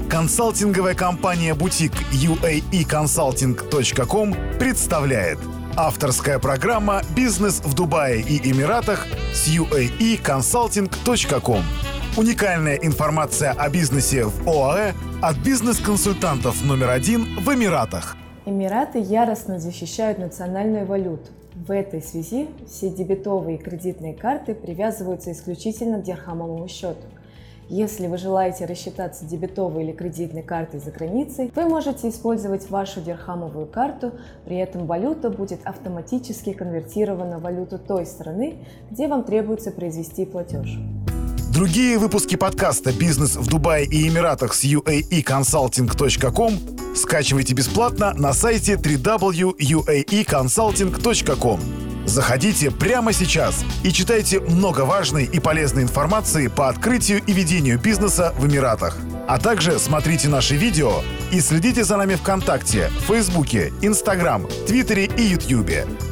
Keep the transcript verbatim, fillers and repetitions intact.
Консалтинговая компания «Бутик» ю эй и консалтинг точка ком представляет авторская программа «Бизнес в Дубае и Эмиратах» с ю эй и консалтинг точка ком. Уникальная информация о бизнесе в ОАЭ от бизнес-консультантов номер один в Эмиратах. Эмираты яростно защищают национальную валюту. В этой связи все дебетовые и кредитные карты привязываются исключительно к дирхамовому счету. Если вы желаете рассчитаться дебетовой или кредитной картой за границей, вы можете использовать вашу дирхамовую карту, при этом валюта будет автоматически конвертирована в валюту той страны, где вам требуется произвести платеж. Другие выпуски подкаста «Бизнес в Дубае и Эмиратах» с ю эй и консалтинг точка ком скачивайте бесплатно на сайте дабл ю дабл ю дабл ю точка ю эй и консалтинг точка ком. Заходите прямо сейчас и читайте много важной и полезной информации по открытию и ведению бизнеса в Эмиратах. А также смотрите наши видео и следите за нами ВКонтакте, Фейсбуке, Инстаграм, Твиттере и Ютьюбе.